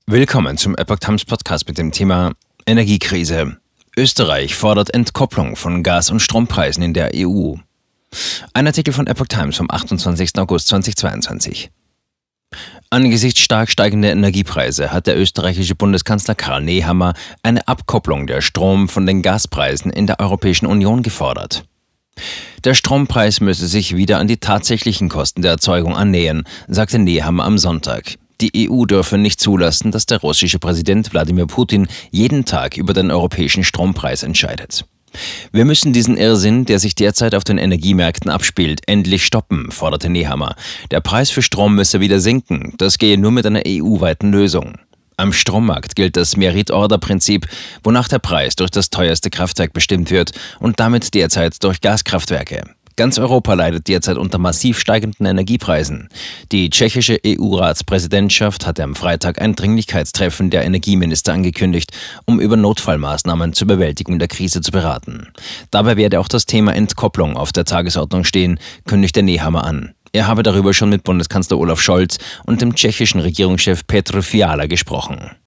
Willkommen zum Epoch Times Podcast mit dem Thema Energiekrise. Österreich fordert Entkopplung von Gas- und Strompreisen in der EU. Ein Artikel von Epoch Times vom 28. August 2022. Angesichts stark steigender Energiepreise hat der österreichische Bundeskanzler Karl Nehammer eine Abkopplung der Strom- von den Gaspreisen in der Europäischen Union gefordert. Der Strompreis müsse sich wieder an die tatsächlichen Kosten der Erzeugung annähern, sagte Nehammer am Sonntag. Die EU dürfe nicht zulassen, dass der russische Präsident Wladimir Putin jeden Tag über den europäischen Strompreis entscheidet. Wir müssen diesen Irrsinn, der sich derzeit auf den Energiemärkten abspielt, endlich stoppen, forderte Nehammer. Der Preis für Strom müsse wieder sinken. Das gehe nur mit einer EU-weiten Lösung. Am Strommarkt gilt das Merit-Order-Prinzip, wonach der Preis durch das teuerste Kraftwerk bestimmt wird und damit derzeit durch Gaskraftwerke. Ganz Europa leidet derzeit unter massiv steigenden Energiepreisen. Die tschechische EU-Ratspräsidentschaft hatte am Freitag ein Dringlichkeitstreffen der Energieminister angekündigt, um über Notfallmaßnahmen zur Bewältigung der Krise zu beraten. Dabei werde auch das Thema Entkopplung auf der Tagesordnung stehen, kündigte Nehammer an. Er habe darüber schon mit Bundeskanzler Olaf Scholz und dem tschechischen Regierungschef Petr Fiala gesprochen.